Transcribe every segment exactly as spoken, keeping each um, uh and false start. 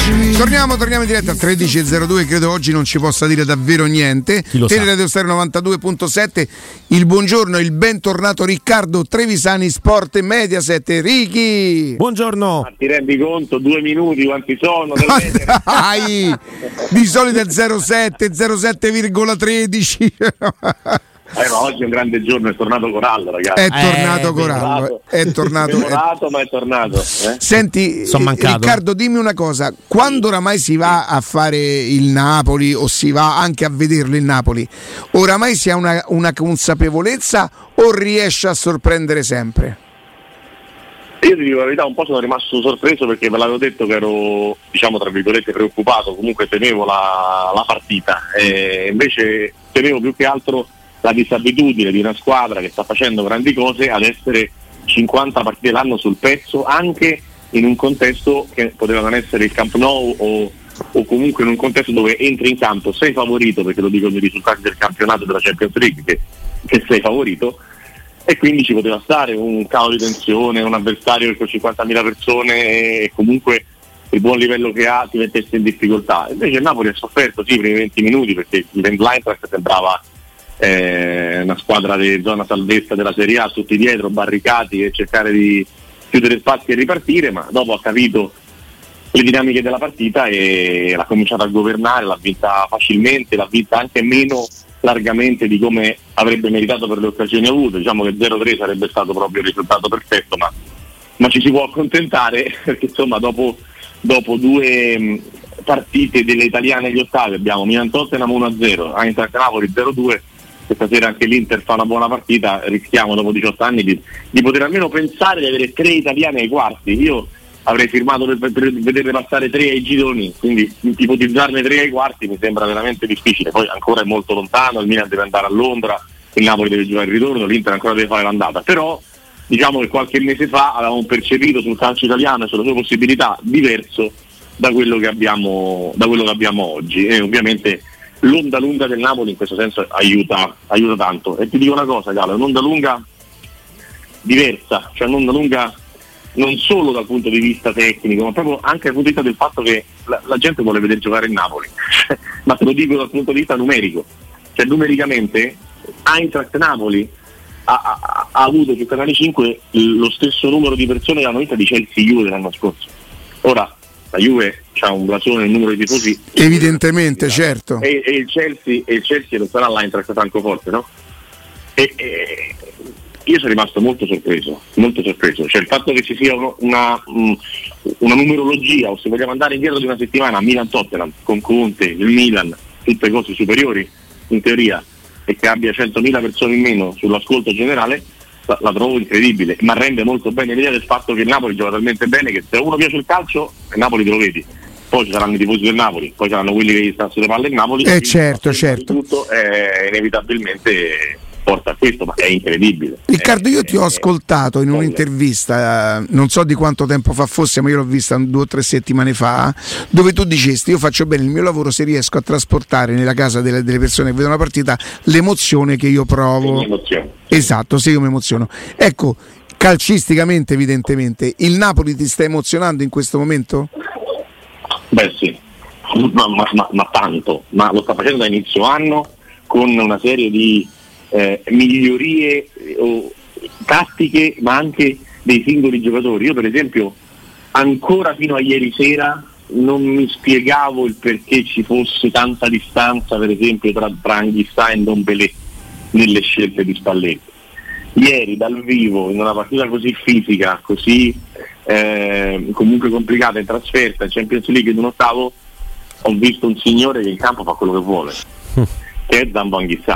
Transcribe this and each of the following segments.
Torniamo, torniamo in diretta al tredici e zero due, credo oggi non ci possa dire davvero niente. Teleradio Stereo novantadue virgola sette, il buongiorno, il bentornato Riccardo Trevisani, Sport e Mediaset. Ricky! Buongiorno! Ma ti rendi conto, due minuti quanti sono? Dai, di solito è zero sette, zero sette virgola tredici. Eh, ma oggi è un grande giorno, è tornato Corallo, ragazzi. È tornato eh, Corallo, è tornato. È tornato, ma è tornato. Eh? Senti, Riccardo, dimmi una cosa: quando oramai si va a fare il Napoli o si va anche a vederlo il Napoli, oramai si ha una, una consapevolezza o riesce a sorprendere sempre? Io ti dico la verità, un po' sono rimasto sorpreso perché ve l'avevo detto che ero, diciamo tra virgolette, preoccupato, comunque temevo la, la partita, e invece temevo più che altro la disabitudine di una squadra che sta facendo grandi cose ad essere cinquanta partite l'anno sul pezzo, anche in un contesto che poteva non essere il Camp Nou o, o comunque in un contesto dove entri in campo, sei favorito, perché lo dicono i risultati del campionato della Champions League, che, che sei favorito, e quindi ci poteva stare un calo di tensione, un avversario con cinquantamila persone e comunque il buon livello che ha ti mettesse in difficoltà. Invece il Napoli ha sofferto sì i primi venti minuti, perché l'Eintracht sembrava Eh, una squadra di zona salvezza della Serie A, tutti dietro, barricati, e cercare di chiudere spazi e ripartire, ma dopo ha capito le dinamiche della partita e l'ha cominciato a governare, l'ha vinta facilmente, l'ha vinta anche meno largamente di come avrebbe meritato per le occasioni avute. Diciamo che zero tre sarebbe stato proprio il risultato perfetto, ma, ma ci si può accontentare perché insomma dopo, dopo due mh, partite delle italiane agli ottavi abbiamo Milan-Tottenham uno a zero, Eintracht Napoli zero due. Questa sera anche l'Inter fa una buona partita, rischiamo dopo diciotto anni di, di poter almeno pensare di avere tre italiani ai quarti. Io avrei firmato per, per vedere passare tre ai gironi, quindi ipotizzarne tre ai quarti mi sembra veramente difficile. Poi ancora è molto lontano, il Milan deve andare a Londra, il Napoli deve giocare il ritorno, l'Inter ancora deve fare l'andata, però diciamo che qualche mese fa avevamo percepito sul calcio italiano e sulle sue possibilità diverso da quello che abbiamo, da quello che abbiamo oggi, e ovviamente l'onda lunga del Napoli in questo senso aiuta, aiuta tanto. E ti dico una cosa, Galo, è un'onda lunga diversa, cioè un'onda lunga non solo dal punto di vista tecnico, ma proprio anche dal punto di vista del fatto che la, la gente vuole vedere giocare il Napoli, ma te lo dico dal punto di vista numerico, cioè numericamente Eintracht Napoli ha, ha, ha avuto sul canale cinque lo stesso numero di persone che hanno visto di Chelsea Juve dell'anno scorso. Ora la Juve ha un blasone, un numero di tifosi evidentemente, certo, e, e il Chelsea e il Chelsea lo sarà l'Eintracht Francoforte, no? E, e io sono rimasto molto sorpreso, molto sorpreso, cioè il fatto che ci sia una, una, una numerologia, o se vogliamo andare indietro di una settimana, Milan-Tottenham con Conte, il Milan, tutte cose superiori in teoria, e che abbia centomila persone in meno sull'ascolto generale, la, la trovo incredibile, ma rende molto bene l'idea del fatto che il Napoli gioca talmente bene che se a uno piace il calcio, il Napoli te lo vedi. Poi ci saranno i tifosi del Napoli, poi saranno quelli che gli stanno sulle palle il Napoli, eh certo, certo. Tutto eh, inevitabilmente porta a questo, ma è incredibile. Riccardo, io eh, ti ho ascoltato in un'intervista, eh, non so di quanto tempo fa fosse, ma io l'ho vista due o tre settimane fa, dove tu dicesti: io faccio bene il mio lavoro se riesco a trasportare nella casa delle, delle persone che vedono la partita l'emozione che io provo. Esatto, se io mi emoziono. Ecco, calcisticamente evidentemente il Napoli ti sta emozionando in questo momento? Beh sì, ma, ma, ma, ma tanto, ma lo sta facendo da inizio anno con una serie di eh, migliorie o tattiche, ma anche dei singoli giocatori. Io per esempio ancora fino a ieri sera non mi spiegavo il perché ci fosse tanta distanza, per esempio, tra, tra Anghissà e Ndombele nelle scelte di Spalletti. Ieri dal vivo, in una partita così fisica, così eh, comunque complicata, in trasferta, in Champions League in un ottavo, ho visto un signore che in campo fa quello che vuole, che è Zambo Anghissà,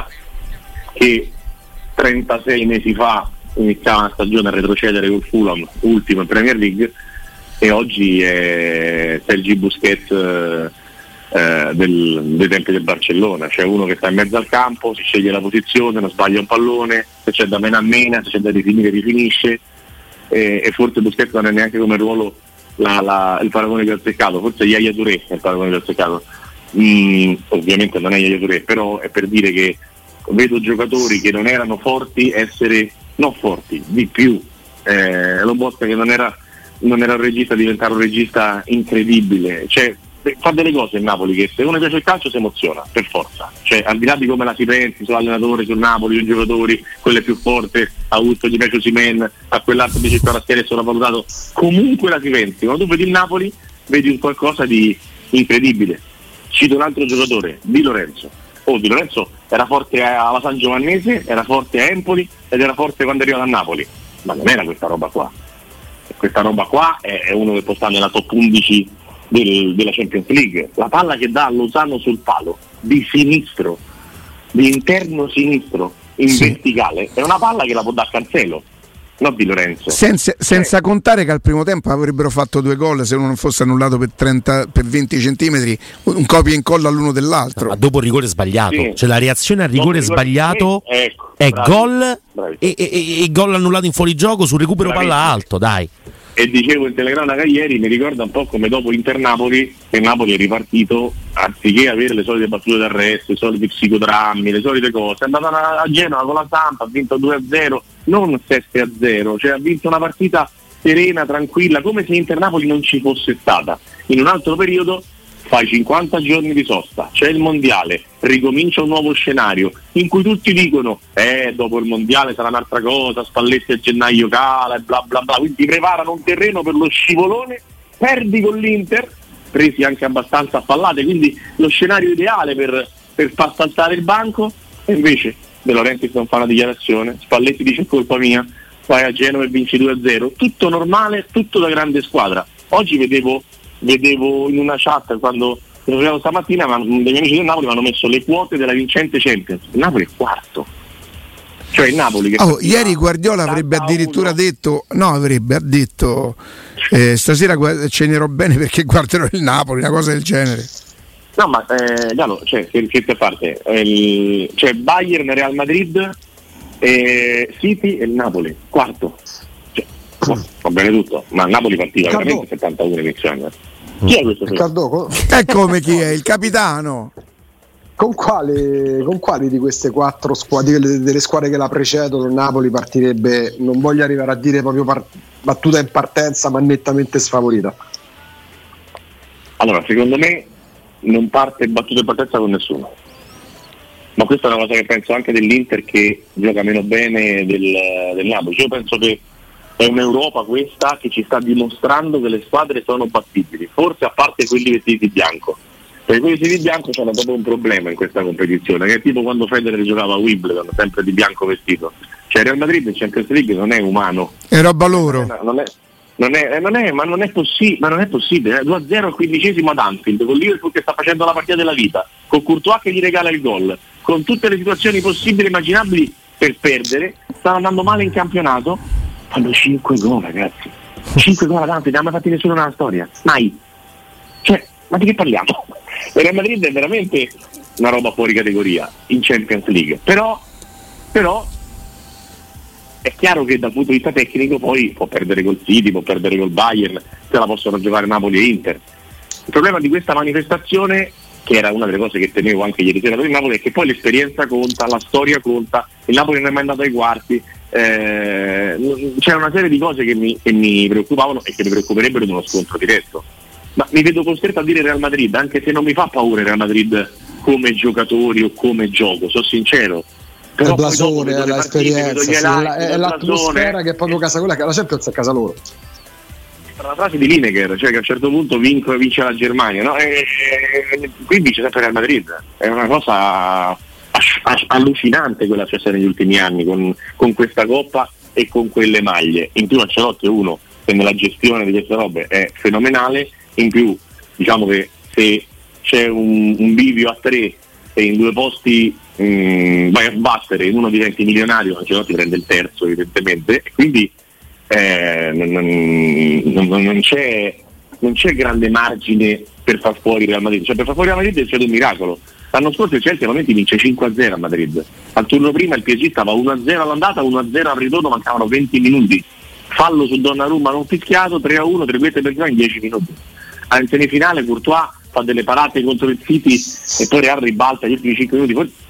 che trentasei mesi fa iniziava una stagione a retrocedere col Fulham, ultimo in Premier League, e oggi è Sergi Busquets eh, eh, del, dei tempi del Barcellona, cioè uno che sta in mezzo al campo, si sceglie la posizione, non sbaglia un pallone, se c'è da mena a mena, se c'è da definire rifinisce, e, e forse Busquets non è neanche come ruolo la, la, il paragone che ho azzeccato, forse Yaya Touré è il paragone che ho azzeccato. Mm, ovviamente non è Yaya Touré, però è per dire che vedo giocatori che non erano forti essere non forti, di più, eh, Lobotka che non era non era un regista, diventare un regista incredibile, cioè fa delle cose il Napoli che se uno piace il calcio si emoziona per forza, cioè al di là di come la si pensi sull'allenatore, sul Napoli, sui giocatori, quello è più forte, a Augusto gli piace Osimhen, a quell'altro dice che è sopravvalutato, comunque la si pensi, quando tu vedi il Napoli vedi un qualcosa di incredibile. Cito un altro giocatore, Di Lorenzo. Oh, Di Lorenzo era forte alla San Giovannese, era forte a Empoli ed era forte quando è arrivato a Napoli, ma non era questa roba qua, questa roba qua è, è uno che può stare nella top undici Del, della Champions League. La palla che dà a Lozano sul palo di sinistro, di interno sinistro in sì. verticale, è una palla che la può dare Cancelo, non Di Lorenzo. Senza, senza eh. contare che al primo tempo avrebbero fatto due gol se uno non fosse annullato per trenta per venti centimetri, un copia e incolla l'uno dell'altro. No, ma dopo il rigore sbagliato, sì. cioè la reazione al rigore dopo sbagliato rigore, ecco, è bravi, gol bravi. E, e, e gol annullato in fuorigioco sul recupero bravi. Palla alto, dai. E dicevo in telecronaca ieri, mi ricorda un po' come dopo Inter-Napoli, che Napoli è ripartito, anziché avere le solite battute d'arresto, i soliti psicodrammi, le solite cose, è andato a Genova con la Samp, ha vinto due a zero, non sette a zero, cioè ha vinto una partita serena, tranquilla, come se Inter-Napoli non ci fosse stata. In un altro periodo fai cinquanta giorni di sosta, c'è il mondiale, ricomincia un nuovo scenario in cui tutti dicono eh dopo il mondiale sarà un'altra cosa, Spalletti a gennaio cala e bla bla bla, quindi ti preparano un terreno per lo scivolone, perdi con l'Inter, presi anche abbastanza a pallate, quindi lo scenario ideale per, per far saltare il banco, e invece De Laurentiis non fa una dichiarazione, Spalletti dice colpa mia, vai a Genova e vinci due a zero, tutto normale, tutto da grande squadra. Oggi vedevo vedevo in una chat quando ero stamattina, ma dei miei amici del Napoli mi hanno messo le quote della vincente Champions. Il Napoli è quarto, cioè il Napoli che oh, ieri Guardiola avrebbe addirittura detto no avrebbe ha detto eh, stasera cenerò bene perché guarderò il Napoli, una cosa del genere. No, ma eh, Gallo, cioè che, che a parte il, cioè Bayern, Real Madrid, eh, City e il Napoli quarto, cioè, no, va bene tutto, ma il Napoli partiva Riccardo. Veramente settantuno iniziando. Chi è questo? Riccardo, è come chi è? Il capitano. Con quale, con quali di queste quattro squadre, delle, delle squadre che la precedono, il Napoli partirebbe, non voglio arrivare a dire proprio par- battuta in partenza, ma nettamente sfavorita? Allora, secondo me non parte battuta in partenza con nessuno. Ma questa è una cosa che penso anche dell'Inter, che gioca meno bene del, del Napoli. Io penso che è un'Europa questa che ci sta dimostrando che le squadre sono battibili, forse a parte quelli vestiti di bianco, perché quelli vestiti di bianco hanno proprio un problema in questa competizione, che è tipo quando Federer giocava a Wimbledon, sempre di bianco vestito. Cioè Real Madrid in Champions League non è umano, è roba loro, non è, non è, non è, ma non è possibile, ma non è possibile, due a zero al quindicesimo ad Anfield, con Liverpool che sta facendo la partita della vita, con Courtois che gli regala il gol, con tutte le situazioni possibili e immaginabili per perdere, stanno andando male in campionato. Fanno cinque gol, ragazzi, cinque gol ad Anfield, non hanno mai fatti nessuno nella storia, mai. Cioè, ma di che parliamo? Il Real Madrid è veramente una roba fuori categoria in Champions League, però però è chiaro che dal punto di vista tecnico poi può perdere col City, può perdere col Bayern, se la possono giocare Napoli e Inter. Il problema di questa manifestazione, che era una delle cose che tenevo anche ieri sera per il Napoli, è che poi l'esperienza conta, la storia conta, il Napoli non è mai andato ai quarti, eh, c'è una serie di cose che mi, che mi preoccupavano e che mi preoccuperebbero in uno scontro diretto. Ma mi vedo costretto a dire Real Madrid, anche se non mi fa paura il Real Madrid come giocatori o come gioco, sono sincero. Però il blasone, è l'esperienza, sì, là, è l'atmosfera blasone, che è proprio casa quella, che la Champions è casa loro. La frase di Lineker, cioè che a un certo punto vince, vince la Germania, no? E, e, qui vince sempre Real Madrid, è una cosa allucinante quella che c'è stata negli ultimi anni con, con questa coppa e con quelle maglie. In più Ancelotti è uno che nella gestione di queste robe è fenomenale, in più diciamo che se c'è un, un bivio a tre e in due posti mh, vai a sbattere, in uno diventi milionario, Ancelotti prende il terzo evidentemente, e quindi eh, non, non, non, c'è, non c'è grande margine per far fuori Real Madrid, cioè per far fuori Real Madrid è stato un miracolo. L'anno scorso il Chelsea momenti vince cinque a zero a Madrid, al turno prima il P S G stava uno a zero all'andata, uno a zero al ritorno, mancavano venti minuti, fallo su Donnarumma non fischiato, tre a uno, tre quinte per in dieci minuti. In semifinale Courtois fa delle parate contro il City e poi Real ribalta gli ultimi cinque minuti,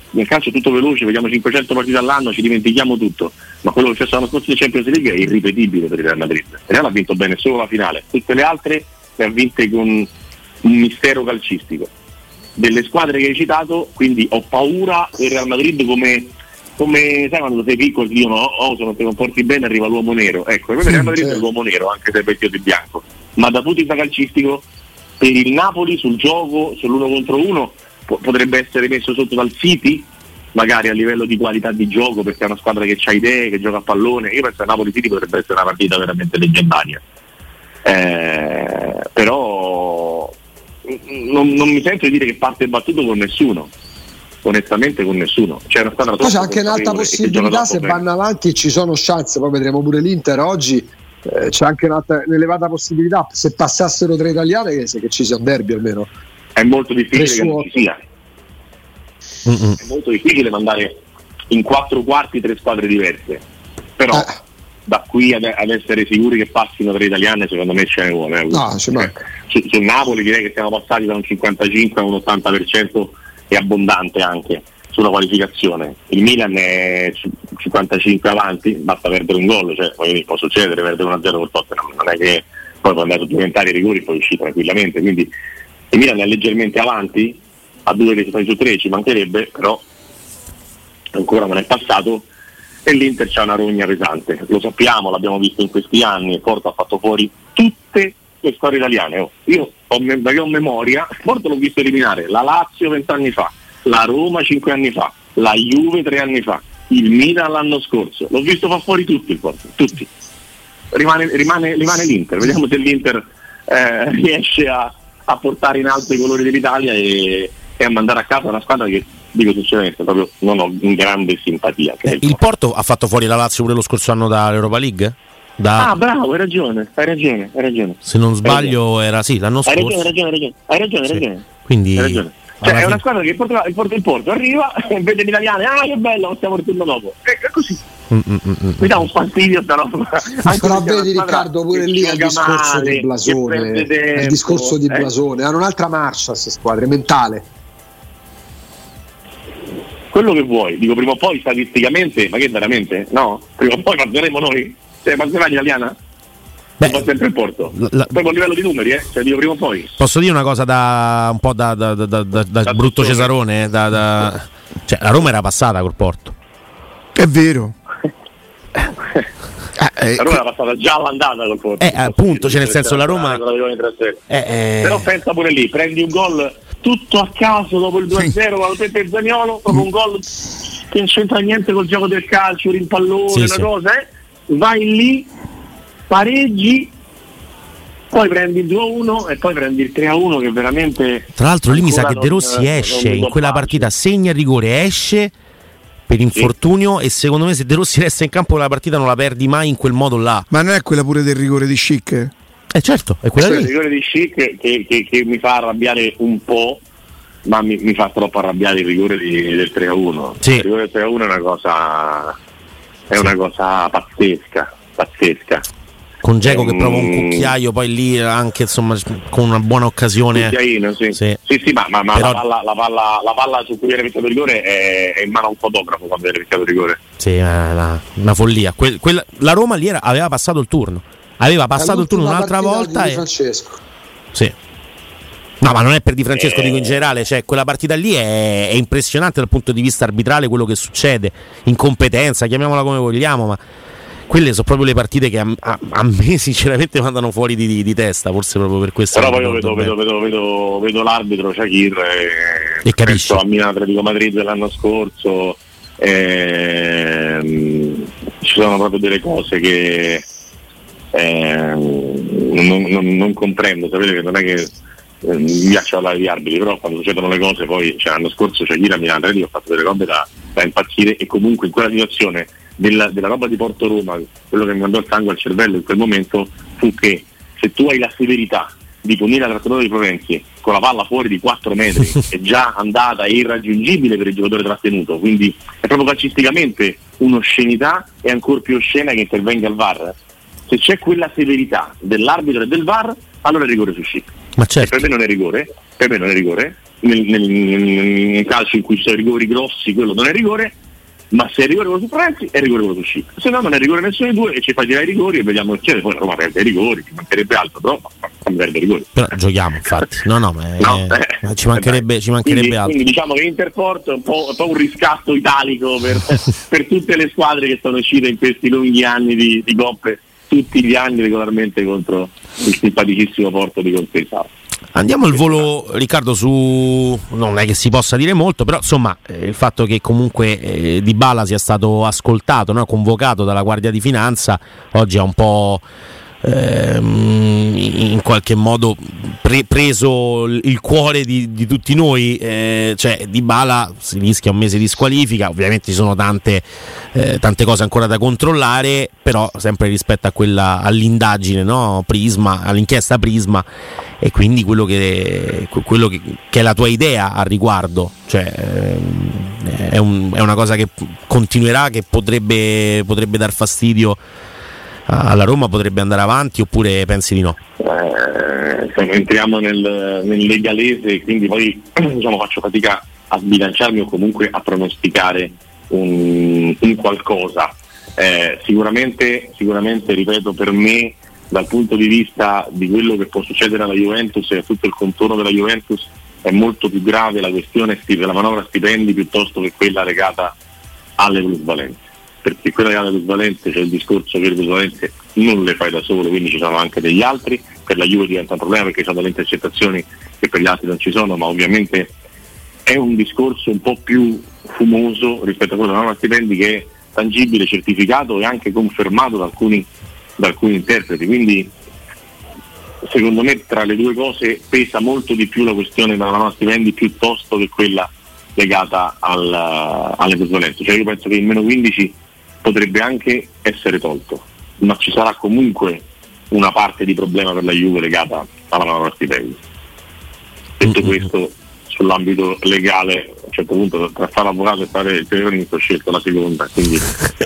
nel calcio è tutto veloce, vediamo cinquecento partite all'anno, ci dimentichiamo tutto, ma quello che è successo l'anno scorso in Champions League è irripetibile per il Real Madrid. Il Real ha vinto bene solo la finale, tutte le altre le ha vinte con un mistero calcistico. Delle squadre che hai citato, quindi ho paura del Real Madrid come, come sai quando sei piccolo dicono oh, se non ti comporti bene arriva l'uomo nero, ecco, il Real Madrid è l'uomo nero anche se è vestito di bianco, ma da punto di vista calcistico per il Napoli sul gioco, sull'uno contro uno po- potrebbe essere messo sotto dal City magari a livello di qualità di gioco, perché è una squadra che ha idee, che gioca a pallone. Io penso che Napoli City potrebbe essere una partita veramente leggendaria, eh, però non, non mi sento di dire che parte battuto con nessuno, onestamente con nessuno. C'è una squadra poi c'è anche un'alta possibilità se bene. Vanno avanti ci sono chance, poi vedremo pure l'Inter oggi, eh, c'è anche un'alta, un'elevata possibilità se passassero tre italiane che, che ci sia un derby almeno. È molto difficile che non ci sia. Mm-mm. È molto difficile mandare in quattro quarti tre squadre diverse, però eh. da qui ad, ad essere sicuri che passino tre italiane secondo me ce ne vuole. Eh. No, ci manca. Su, sul Napoli direi che siamo passati da un cinquantacinque a un ottanta per cento e abbondante anche sulla qualificazione. Il Milan è cinquantacinque avanti, basta perdere un gol, cioè può succedere perdere uno a zero col Tottenham, non è che poi può andare a supplementare i rigori e poi uscire tranquillamente, quindi il Milan è leggermente avanti, a due risultati su tre ci mancherebbe, però ancora non è passato, e l'Inter c'ha una rogna pesante, lo sappiamo, l'abbiamo visto in questi anni, il Porto ha fatto fuori tutte le squadre italiane. Oh, io ho, io ho memoria, il Porto l'ho visto eliminare la Lazio vent'anni fa, la Roma cinque anni fa, la Juve tre anni fa, il Milan l'anno scorso, l'ho visto far fuori tutti il Porto, tutti. Rimane, rimane, rimane l'Inter, vediamo se l'Inter eh, riesce a, a portare in alto i colori dell'Italia e, e a mandare a casa una squadra che, dico sinceramente, proprio non ho un grande simpatia. Eh, il, il Porto ha fatto fuori la Lazio pure lo scorso anno dall'Europa League? Da... Ah, bravo, hai ragione, hai ragione, hai ragione. Se non sbaglio era sì, l'anno scorso. Hai ragione, hai ragione, hai ragione, hai ragione, hai ragione. Sì. Quindi hai ragione. Cioè è una squadra che il Porto, il Porto, il Porto arriva e vede gli italiani, ah che bello, stiamo partendo dopo. È così. Mm, mm, mm, mi dà un fastidio sta roba. Però vedi Riccardo, pure lì è il discorso di blasone, è il discorso di eh. blasone, hanno un'altra marcia queste squadre, mentale. Quello che vuoi, dico prima o poi statisticamente, ma che veramente? No? Prima o poi passeremo noi? Cioè passerà l'italiana? Beh, fa sempre il Porto. La, proprio a livello di numeri, eh? Cioè dico prima o poi. Posso dire una cosa da un po' da, da, da, da, da, da brutto Cesarone? Eh? Da, da... Cioè la Roma era passata col Porto. È vero. eh, la Roma era passata già all'andata col Porto. Eh, appunto, cioè nel senso la Roma. Eh, eh... Però pensa pure lì, prendi un gol tutto a caso dopo il due a zero con Peppe e Zaniolo, proprio un gol che non c'entra niente col gioco del calcio, rimpallone, sì, una sì. cosa, eh? Vai lì, pareggi, poi prendi il due a uno e poi prendi il tre a uno che veramente. Tra l'altro lì mi sa che De Rossi non, esce non in quella partita, segna il rigore, esce per infortunio, sì. E secondo me se De Rossi resta in campo la partita non la perdi mai in quel modo là. Ma non è quella pure del rigore di Schick? Eh certo, è quella cioè, lì. Il rigore di Schick che, che, che mi fa arrabbiare un po', ma mi, mi fa troppo arrabbiare il rigore di, del tre a uno. Sì. Il rigore del tre a uno è una cosa è sì. una cosa pazzesca, pazzesca. Con Dzeko che prova un cucchiaio, poi lì anche insomma con una buona occasione. Cucchiaino, sì. Sì, sì, sì ma, ma, ma Però... la, palla, la, palla, la palla su cui viene fissato il rigore è, è in mano a un fotografo quando viene fissato il rigore. Sì, una, una follia. Que, quella, la Roma lì era, aveva passato il turno. Aveva passato il turno un'altra volta di e... Francesco. Sì. No, ma non è per Di Francesco, eh... dico in generale, cioè quella partita lì è, è impressionante dal punto di vista arbitrale quello che succede, incompetenza, chiamiamola come vogliamo, ma quelle sono proprio le partite che a, a, a me sinceramente mandano fuori di, di, di testa, forse proprio per questo. Però poi io vedo, vedo, vedo, vedo, vedo l'arbitro Shaqir e, e capisci. A Milano Atletico Madrid dell'anno scorso ehm, ci sono proprio delle cose che eh, non, non, non comprendo, sapete che non è che eh, mi piace parlare di arbitri, però quando succedono le cose poi, cioè, l'anno scorso Shaqir a Milano Atletico ha fatto delle robe da, da impazzire, e comunque in quella situazione Della, della roba di Porto Roma, quello che mi mandò il sangue al cervello in quel momento fu che se tu hai la severità di punire la trattenuta di Florenzi con la palla fuori di quattro metri è già andata, è irraggiungibile per il giocatore trattenuto, quindi è proprio calcisticamente un'oscenità, e ancora più oscena che intervenga il V A R. Se c'è quella severità dell'arbitro e del V A R, allora è rigore su Schick. Ma certo. Per me non è rigore, per me non è rigore, nel, nel, nel calcio in cui ci sono rigori grossi, quello non è rigore, ma se è rigore quello su Florenzi è rigore quello su Scic, se no non è rigore nessuno dei due e ci fa tirare i rigori e vediamo il chiede, poi la Roma perde i rigori, ci mancherebbe altro, però fammi perdere i rigori. Però giochiamo, infatti, no no, ma, è, no, ma ci mancherebbe, eh, ci mancherebbe quindi, altro. Quindi diciamo che Interport è un po', un, po' un riscatto italico per, per tutte le squadre che sono uscite in questi lunghi anni di, di coppe, tutti gli anni regolarmente contro il simpaticissimo Porto di Contesa. Andiamo al volo, Riccardo, su non è che si possa dire molto, però insomma eh, il fatto che comunque eh, Dybala sia stato ascoltato, no? Convocato dalla Guardia di Finanza, oggi ha un po' ehm, in qualche modo pre- preso il cuore di, di tutti noi, eh, cioè Dybala si rischia un mese di squalifica, ovviamente ci sono tante, eh, tante cose ancora da controllare, però sempre rispetto a quella, all'indagine, no? Prisma, all'inchiesta Prisma, e quindi quello che, quello che, che è la tua idea al riguardo, cioè eh, è, un, è una cosa che continuerà, che potrebbe, potrebbe dar fastidio alla Roma, potrebbe andare avanti, oppure pensi di no? Eh, entriamo nel, nel legalese, quindi poi diciamo, faccio fatica a sbilanciarmi o comunque a pronosticare un, un qualcosa. Eh, sicuramente, sicuramente, ripeto, per me dal punto di vista di quello che può succedere alla Juventus e a tutto il contorno della Juventus è molto più grave la questione della manovra stipendi piuttosto che quella legata alle plusvalenze, perché quella legata alle plusvalenze c'è il discorso che le plusvalenze non le fai da solo, quindi ci sono anche degli altri, per la Juve diventa un problema perché ci sono delle intercettazioni che per gli altri non ci sono, ma ovviamente è un discorso un po' più fumoso rispetto a quello della manovra stipendi, che è tangibile, certificato e anche confermato da alcuni da alcuni interpreti, quindi secondo me tra le due cose pesa molto di più la questione della manovra stipendi piuttosto che quella legata al, alle plusvalenze. Cioè io penso che il meno quindici potrebbe anche essere tolto, ma ci sarà comunque una parte di problema per la Juve legata alla manovra stipendi. Detto questo, sull'ambito legale a un certo punto tra fare l'avvocato e fare il telecronista ho scelto la seconda, quindi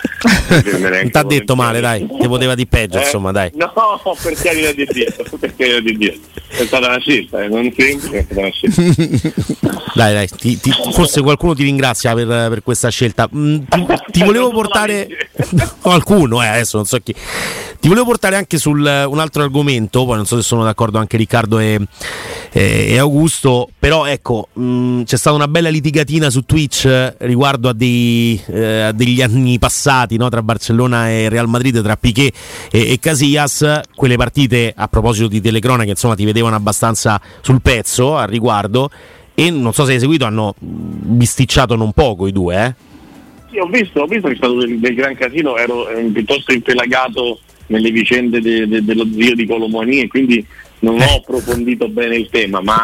non t'ha detto male, dai, ti poteva di peggio, eh? Insomma, dai. No, per carità di Dio, per carità di Dio. È stata una scelta, eh? Non semplice, è stata una scelta. Dai, dai, ti, ti, forse qualcuno ti ringrazia per, per questa scelta. Mm, ti, ti volevo portare qualcuno, eh, adesso non so chi. Ti volevo portare anche sul un altro argomento, poi non so se sono d'accordo anche Riccardo e, e, e Augusto, però ecco, mh, c'è stata una bella litigatina su Twitch riguardo a, dei, eh, a degli anni passati, no, tra Barcellona e Real Madrid, tra Piqué e, e Casillas, quelle partite, a proposito di telecronache, insomma ti vedevano abbastanza sul pezzo al riguardo, e non so se hai seguito, hanno bisticciato non poco i due, eh? Sì, ho visto, ho visto che è stato del, del gran casino, ero eh, piuttosto impelagato nelle vicende de, de, dello zio di Colomoni e quindi non ho approfondito bene il tema, ma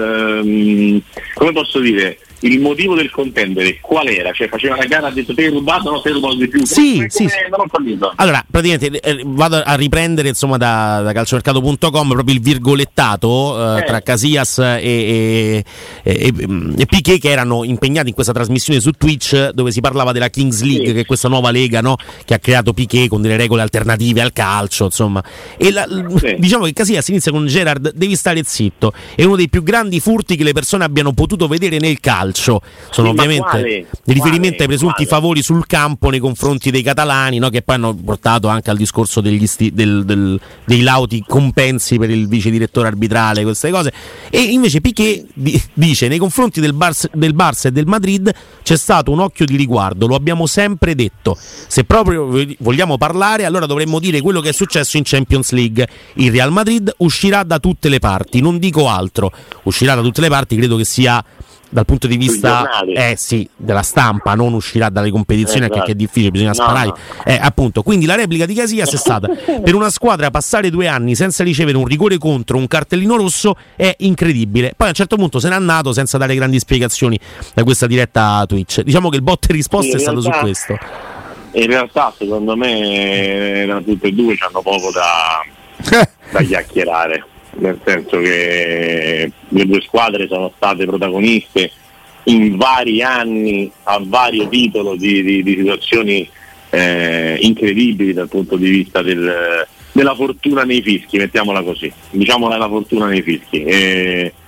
ehm, come posso dire, il motivo del contendere qual era? Cioè faceva una gara, ha detto te hai rubato, no, te hai rubato di più. Sì, come, sì, come, sì. Non ho capito. Allora, praticamente eh, vado a riprendere insomma da, da calciomercato punto com proprio il virgolettato eh, eh. tra Casillas e, e, e, e Piqué, che erano impegnati in questa trasmissione su Twitch dove si parlava della Kings League, sì, che è questa nuova lega, no, che ha creato Piqué con delle regole alternative al calcio, insomma. E la, sì. Diciamo che Casillas inizia con Gerard, devi stare zitto, è uno dei più grandi furti che le persone abbiano potuto vedere nel calcio. Sono sì, ovviamente dei riferimenti ai presunti quale? favori sul campo nei confronti dei catalani, no, che poi hanno portato anche al discorso degli sti- del, del, dei lauti compensi per il vice direttore arbitrale, queste cose. E invece Piqué di- dice nei confronti del, Bar- del Barça e del Madrid c'è stato un occhio di riguardo, lo abbiamo sempre detto, se proprio vogliamo parlare allora dovremmo dire quello che è successo in Champions League. Il Real Madrid uscirà da tutte le parti, non dico altro, uscirà da tutte le parti, credo che sia dal punto di vista eh sì, della stampa, non uscirà dalle competizioni, anche che è difficile, bisogna no, sparare no. Eh, appunto, quindi la replica di Casillas è stata per una squadra passare due anni senza ricevere un rigore contro, un cartellino rosso è incredibile. Poi a un certo punto se n'è andato senza dare grandi spiegazioni da questa diretta Twitch. Diciamo che il botte e risposta sì, è stato realtà, su questo. In realtà secondo me da tutte e due c'hanno poco da, da chiacchierare, nel senso che le due squadre sono state protagoniste in vari anni a vario titolo di, di, di situazioni eh, incredibili dal punto di vista del, della fortuna nei fischi, mettiamola così, diciamola la fortuna nei fischi. E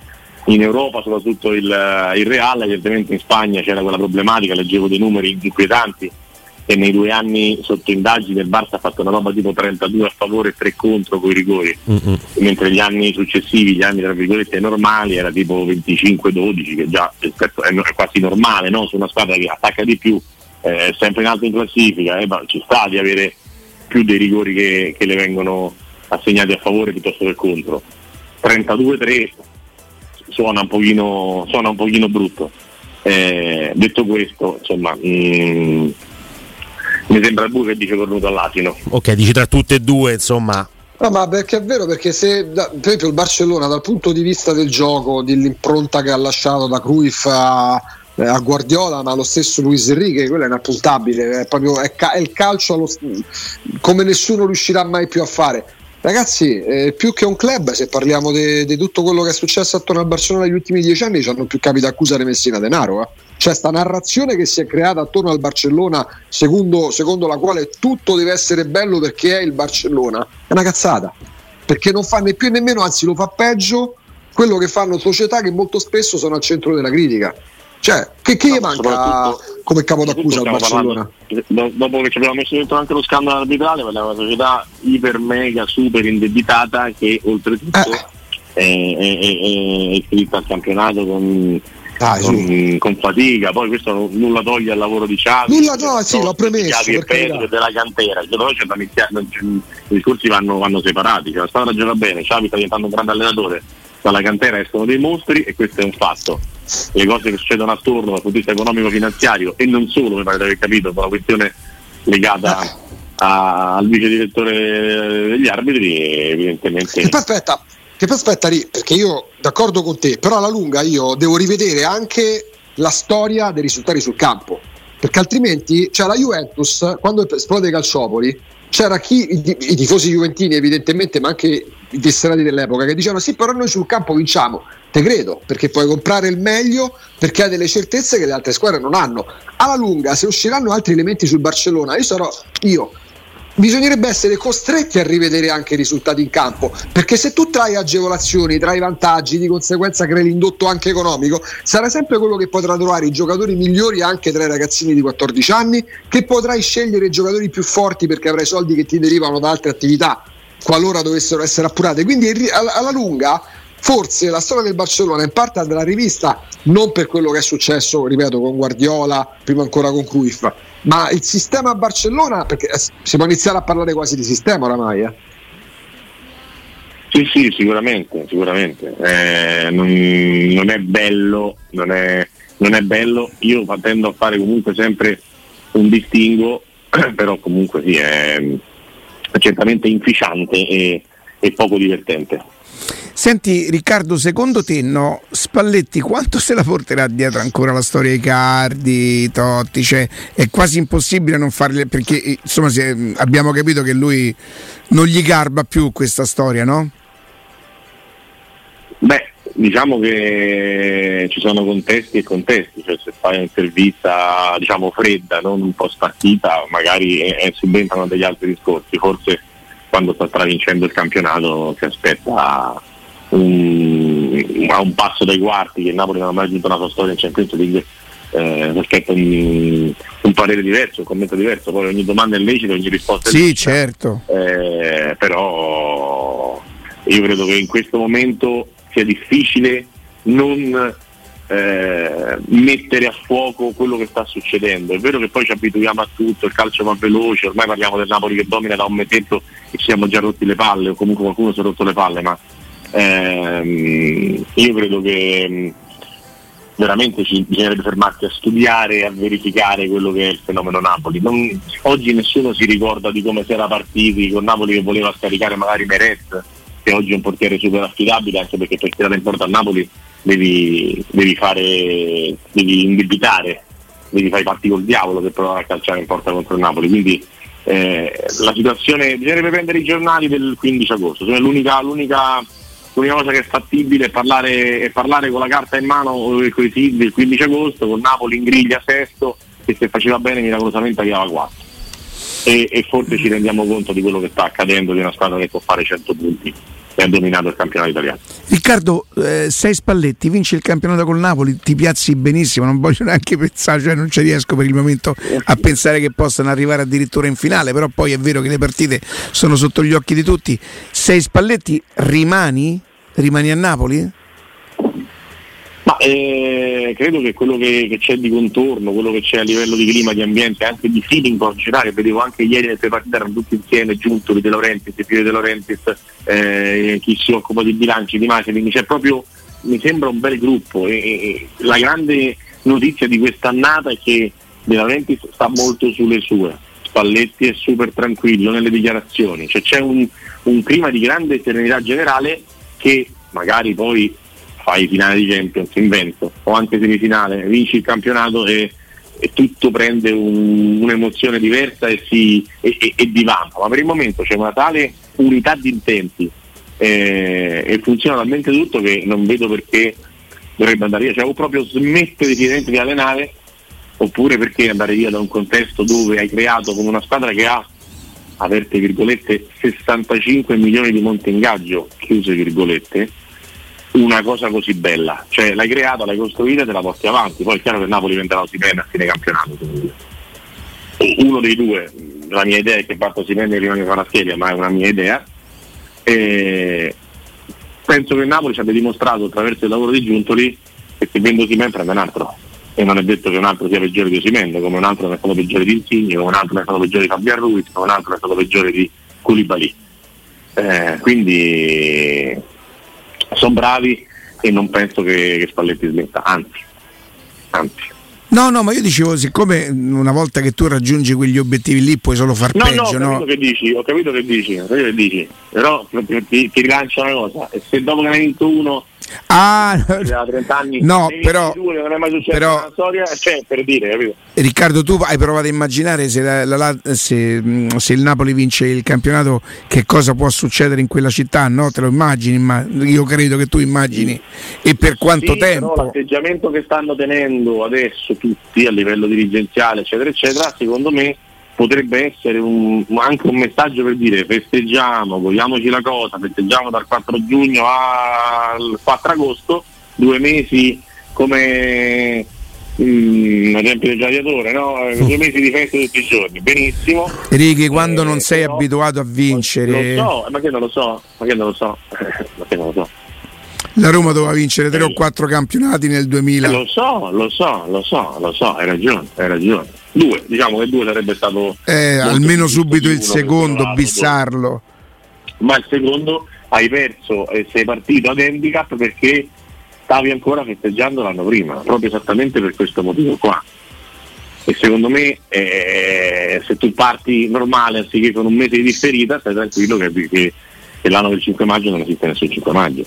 in Europa, soprattutto il, il Real. Evidentemente in Spagna c'era quella problematica, leggevo dei numeri inquietanti, e nei due anni sotto indagine il Barça ha fatto una roba tipo trentadue a favore e tre contro coi rigori, mm-hmm. mentre gli anni successivi, gli anni tra virgolette normali, era tipo venticinque dodici, che già è, è quasi normale, no? Su una squadra che attacca di più, eh, è sempre in alto in classifica, eh, ci sta di avere più dei rigori che, che le vengono assegnati a favore piuttosto che contro. trentadue tre suona un pochino, suona un pochino brutto. Eh, detto questo, insomma, mh, mi sembra il bue che dice cornuto all'asino. Ok, dici tra tutte e due, insomma. No, ma perché è vero, perché se da, per esempio il Barcellona dal punto di vista del gioco, dell'impronta che ha lasciato da Cruyff a, a Guardiola, ma lo stesso Luis Enrique, quello è inappuntabile, è proprio è, è il calcio allo, come nessuno riuscirà mai più a fare. Ragazzi, eh, più che un club, se parliamo di tutto quello che è successo attorno al Barcellona negli ultimi dieci anni, ci hanno più capi da accusare Messina Denaro. Eh. C'è sta narrazione che si è creata attorno al Barcellona, secondo, secondo la quale tutto deve essere bello perché è il Barcellona. È una cazzata, perché non fa né più né meno, anzi lo fa peggio quello che fanno società che molto spesso sono al centro della critica. Cioè, che, che no, manca come capo d'accusa al Barcellona? Parlando, dopo che ci abbiamo messo dentro anche lo scandalo arbitrale, parliamo di una società iper mega super indebitata che oltretutto eh. è, è, è, è iscritta al campionato con, ah, con, sì. con fatica. Poi questo nulla toglie al lavoro di Xavi, nulla no, sì, l'ho premesso e Pedro della cantera, però c'è da iniziare, i discorsi vanno, vanno separati. Cioè, la squadra gioca bene, Xavi sta diventando un grande allenatore, dalla cantera escono dei mostri e questo è un fatto. Le cose che succedono attorno dal punto di vista economico-finanziario e non solo, mi pare di aver capito, per una questione legata a, al vice direttore degli arbitri, evidentemente. Che poi aspetta, che poi aspetta lì, perché io d'accordo con te, però alla lunga io devo rivedere anche la storia dei risultati sul campo, perché altrimenti, cioè la Juventus quando esplode Calciopoli c'era chi, i, i tifosi juventini evidentemente, ma anche i tesserati dell'epoca, che dicevano sì, però noi sul campo vinciamo. Te credo, perché puoi comprare il meglio, perché hai delle certezze che le altre squadre non hanno. Alla lunga, se usciranno altri elementi sul Barcellona, io sarò io bisognerebbe essere costretti a rivedere anche i risultati in campo, perché se tu trai agevolazioni, trai vantaggi, di conseguenza crei l'indotto anche economico, sarà sempre quello che potrà trovare i giocatori migliori anche tra i ragazzini di quattordici anni, che potrai scegliere i giocatori più forti perché avrai soldi che ti derivano da altre attività qualora dovessero essere appurate. Quindi alla lunga forse la storia del Barcellona in parte andrà rivista, non per quello che è successo, ripeto, con Guardiola, prima ancora con Cruyff, ma il sistema Barcellona, perché si può iniziare a parlare quasi di sistema oramai, eh? Sì, sì, sicuramente, sicuramente. Eh, non, non è bello, non è, non è bello. Io tendo a fare comunque sempre un distinguo, però comunque sì, è certamente inficiante e, e poco divertente. Senti Riccardo, secondo te no, Spalletti quanto se la porterà dietro ancora la storia di Icardi, Totti? Cioè, è quasi impossibile non farle, perché insomma se, abbiamo capito che lui non gli garba più questa storia, no? Beh, diciamo che ci sono contesti e contesti, cioè se fai un'intervista diciamo fredda, non un po' spartita, magari eh, subentrano degli altri discorsi. Forse quando sta stravincendo il campionato si aspetta un, a un passo dai quarti, che Napoli non ha mai aggiunto una sua storia in Champions League, eh, si aspetta un, un parere diverso, un commento diverso. Poi ogni domanda è lecita, ogni risposta è sì, lecita, certo. eh, però io credo che in questo momento sia difficile non eh, mettere a fuoco quello che sta succedendo. È vero che poi ci abituiamo a tutto, il calcio va veloce, ormai parliamo del Napoli che domina da un mesetto e ci siamo già rotti le palle, o comunque qualcuno si è rotto le palle, ma ehm, io credo che veramente ci bisognerebbe fermarsi a studiare e a verificare quello che è il fenomeno Napoli. Non, oggi nessuno si ricorda di come si era partiti con Napoli che voleva scaricare magari Meret, che oggi è un portiere super affidabile, anche perché per tirare in porta a Napoli devi, devi fare devi indebitare, devi fare i patti col diavolo per provare a calciare in porta contro il Napoli. Quindi eh, la situazione, bisognerebbe prendere i giornali del quindici agosto, cioè l'unica, l'unica, l'unica cosa che è fattibile è parlare, è parlare con la carta in mano con i sì del quindici agosto, con Napoli in griglia sesto, che se faceva bene miracolosamente arrivava quattro. e, e forse ci rendiamo conto di quello che sta accadendo di una squadra che può fare cento punti e ha dominato il campionato italiano. Riccardo, eh, sei Spalletti, vinci il campionato col Napoli, ti piazzi benissimo, non voglio neanche pensare, cioè non ci riesco per il momento a pensare che possano arrivare addirittura in finale, però poi è vero che le partite sono sotto gli occhi di tutti. Sei Spalletti, rimani? Rimani a Napoli? Ma eh, credo che quello che, che c'è di contorno, quello che c'è a livello di clima, di ambiente, anche di feeling originale, vedevo anche ieri nelle partite erano tutti insieme, Giuntoli, De Laurentiis, Piero De Laurentiis, eh, chi si occupa di bilanci, di marketing, c'è proprio, mi sembra un bel gruppo e, e la grande notizia di quest'annata è che De Laurentiis sta molto sulle sue, Spalletti è super tranquillo nelle dichiarazioni, cioè c'è un, un clima di grande serenità generale che magari poi fai finale di Champions, invento, o anche semifinale, vinci il campionato e, e tutto prende un, un'emozione diversa e si e, e, e divampa, ma per il momento c'è una tale unità di intenti eh, e funziona talmente tutto che non vedo perché dovrebbe andare via, cioè o proprio smette definitivamente di allenare oppure perché andare via da un contesto dove hai creato con una squadra che ha, aperte virgolette, sessantacinque milioni di monte ingaggio, chiuse virgolette, una cosa così bella, cioè l'hai creata, l'hai costruita e te la porti avanti. Poi è chiaro che il Napoli venderà Osimhen a fine campionato, uno dei due, la mia idea è che parta Osimhen e rimane Kvaratskhelia, ma è una mia idea e penso che il Napoli ci abbia dimostrato attraverso il lavoro di Giuntoli che se vende Osimhen prende un altro e non è detto che un altro sia peggiore di Osimhen, come un altro è stato peggiore di Insigne, come un altro è stato peggiore di Fabian Ruiz, come un altro è stato peggiore di Koulibaly, eh, quindi sono bravi e non penso che, che Spalletti smetta, anzi, anzi. No, no, ma io dicevo, siccome una volta che tu raggiungi quegli obiettivi lì puoi solo far no, peggio, no? Ho capito no? che dici, ho capito che dici, ho capito che dici, però ti, ti rilancia una cosa, e se dopo che ne hai vinto uno ah, da trenta anni no, ne però, due, non è mai successo però nella storia, cioè per dire, capito? Riccardo, tu hai provato a immaginare se, la, la, la, se, se il Napoli vince il campionato che cosa può succedere in quella città, no? Te lo immagini? Ma io credo che tu immagini e per quanto sì, tempo? Però l'atteggiamento che stanno tenendo adesso tutti a livello dirigenziale eccetera eccetera, secondo me potrebbe essere un, anche un messaggio per dire festeggiamo, godiamoci la cosa, festeggiamo dal quattro giugno al quattro agosto, due mesi come mm, ad esempio del gladiatore, no? Due mesi di festa tutti i giorni, benissimo. Righi, quando eh, non sei però, abituato a vincere, lo so, ma che non lo so, ma che non lo so, ma che non lo so. La Roma doveva vincere tre o quattro campionati nel duemila. Lo so, lo so, lo so, lo so, hai ragione, hai ragione. Due, diciamo che due sarebbe stato eh, almeno subito il secondo, bissarlo. Ma il secondo hai perso e sei partito ad handicap perché stavi ancora festeggiando l'anno prima, proprio esattamente per questo motivo qua. E secondo me eh, se tu parti normale anziché con un mese di differita, stai tranquillo che, che, che l'anno del cinque maggio non esiste nessun cinque maggio.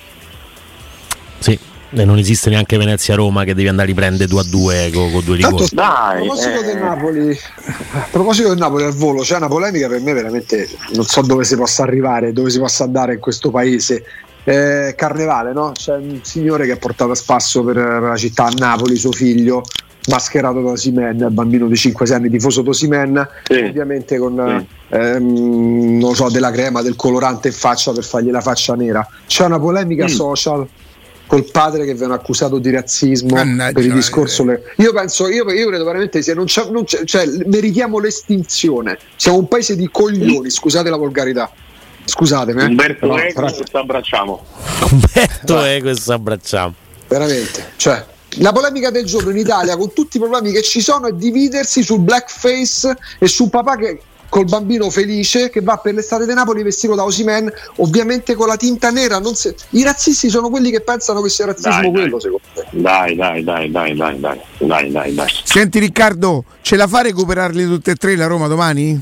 Sì, e non esiste neanche Venezia-Roma che devi andare a riprendere due a due con, con due rigori. Dai, a proposito eh. del Napoli, a proposito del Napoli al volo, c'è una polemica per me veramente, non so dove si possa arrivare, dove si possa andare in questo paese. Eh, Carnevale, no? C'è un signore che ha portato a spasso per la città a Napoli suo figlio, mascherato da Osimhen, bambino di cinque sei anni, tifoso di Osimhen, sì. Ovviamente con sì. ehm, non so, della crema, del colorante in faccia per fargli la faccia nera. C'è una polemica mm. social col padre che viene accusato di razzismo Mannaggia, per il discorso eh. le... io penso io, io credo veramente se non c'è, non c'è, cioè meritiamo l'estinzione, siamo un paese di coglioni, scusate la volgarità, scusatemi eh. Umberto no, Eco, questo abbracciamo Umberto Eco, questo abbracciamo veramente, cioè la polemica del giorno in Italia con tutti i problemi che ci sono è dividersi sul blackface e sul papà che col bambino felice che va per l'estate di Napoli vestito da Osimhen, ovviamente con la tinta nera. Non se... I razzisti sono quelli che pensano che sia razzismo dai, quello, dai. secondo me. Dai, dai, dai, dai, dai, dai, dai, dai, dai. Senti Riccardo, ce la fa a recuperarli tutte e tre la Roma domani?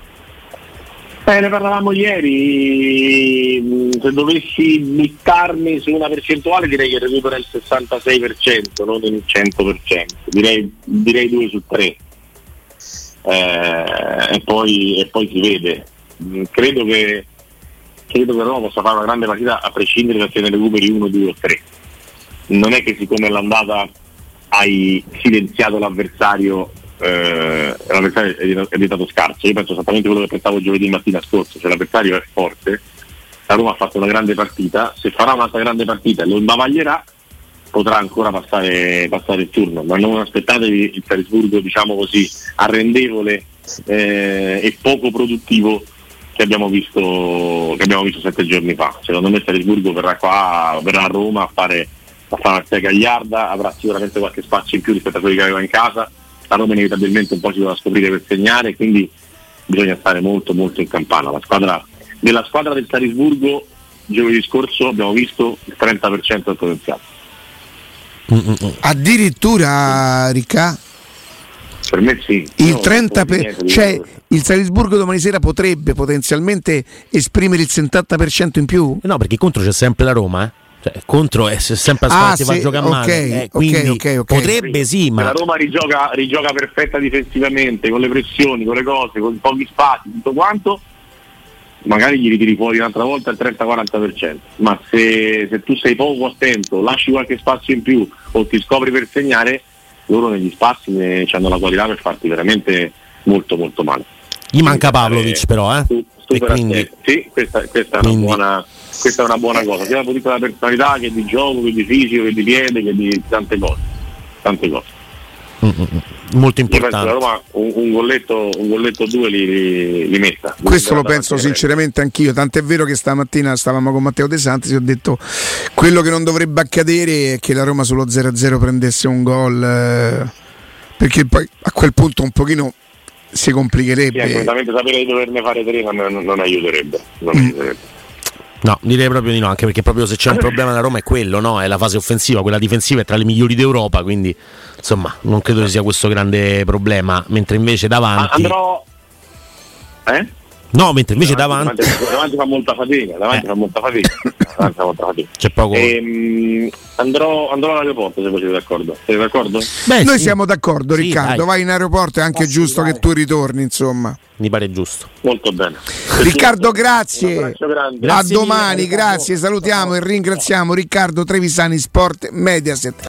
Eh, ne parlavamo ieri, se dovessi buttarmi su una percentuale direi che recupera il sessantasei per cento, non il cento per cento, direi, direi due su tre. Eh, e, poi, e poi si vede. Credo che credo che Roma possa fare una grande partita a prescindere da se ne recuperi uno, due o tre. Non è che siccome l'andata hai silenziato l'avversario eh, l'avversario è diventato scarso. Io penso esattamente quello che pensavo giovedì mattina scorso, cioè l'avversario è forte, la Roma ha fatto una grande partita, se farà un'altra grande partita e lo imbavaglierà potrà ancora passare, passare il turno, ma non aspettatevi il Salisburgo, diciamo così, arrendevole eh, e poco produttivo che abbiamo visto che abbiamo visto sette giorni fa. Secondo me Salisburgo verrà qua, verrà a Roma a fare, a fare una stia gagliarda, avrà sicuramente qualche spazio in più rispetto a quelli che aveva in casa. La Roma inevitabilmente un po' si dovrà scoprire per segnare, quindi bisogna stare molto molto in campana. La squadra della squadra del Salisburgo giovedì scorso abbiamo visto il trenta per cento del potenziale. Addirittura, Ricca? Per me sì. Il trenta per cento, cioè il Salisburgo domani sera potrebbe potenzialmente esprimere il settanta per cento in più? No, perché contro c'è sempre la Roma, eh? Cioè, contro è sempre la squadra ah, che va a giocare okay, male, eh, quindi okay, okay, okay. potrebbe sì, ma la Roma rigioca, rigioca perfetta difensivamente, con le pressioni, con le cose, con pochi spazi, tutto quanto, magari gli ritiri fuori un'altra volta il trenta quaranta per cento, ma se, se tu sei poco attento, lasci qualche spazio in più o ti scopri per segnare, loro negli spazi ne, hanno la qualità per farti veramente molto molto male. Gli manca Pavlovic, però, eh? Su, e quindi, sì, questa, questa, è una buona, questa è una buona cosa, sia da punto di vista della personalità che di gioco, che di fisico, che di piede, che di tante cose. Tante cose. Mm-hmm. Molto importante. Io penso che la Roma un, un golletto un golletto due li, li, li metta. Questo lo penso sinceramente anch'io, tant'è vero che stamattina stavamo con Matteo De Santis e ho detto quello che non dovrebbe accadere è che la Roma sullo zero a zero prendesse un gol, eh, perché poi a quel punto un pochino si complicherebbe. Sì, assolutamente sapere di doverne fare tre non, non aiuterebbe, non mm. aiuterebbe. No, direi proprio di no, anche perché proprio se c'è un problema alla Roma è quello, no? È la fase offensiva, quella difensiva è tra le migliori d'Europa, quindi insomma non credo che sia questo grande problema, mentre invece davanti... Andrò... Eh? No, mentre invece davanti... Davanti, davanti fa molta fatica, davanti eh. fa molta fatica, davanti fa molta fatica. C'è poco... Ehm, andrò, andrò all'aeroporto se voi siete d'accordo. Siete d'accordo? Beh, Noi sì. siamo d'accordo, sì, Riccardo, dai. Vai in aeroporto, è anche ah, giusto sì, che tu ritorni, insomma. Mi pare giusto. Molto bene. Riccardo, grazie. A grazie domani, mille, grazie. Salutiamo e ringraziamo Riccardo Trevisani, Sport Mediaset.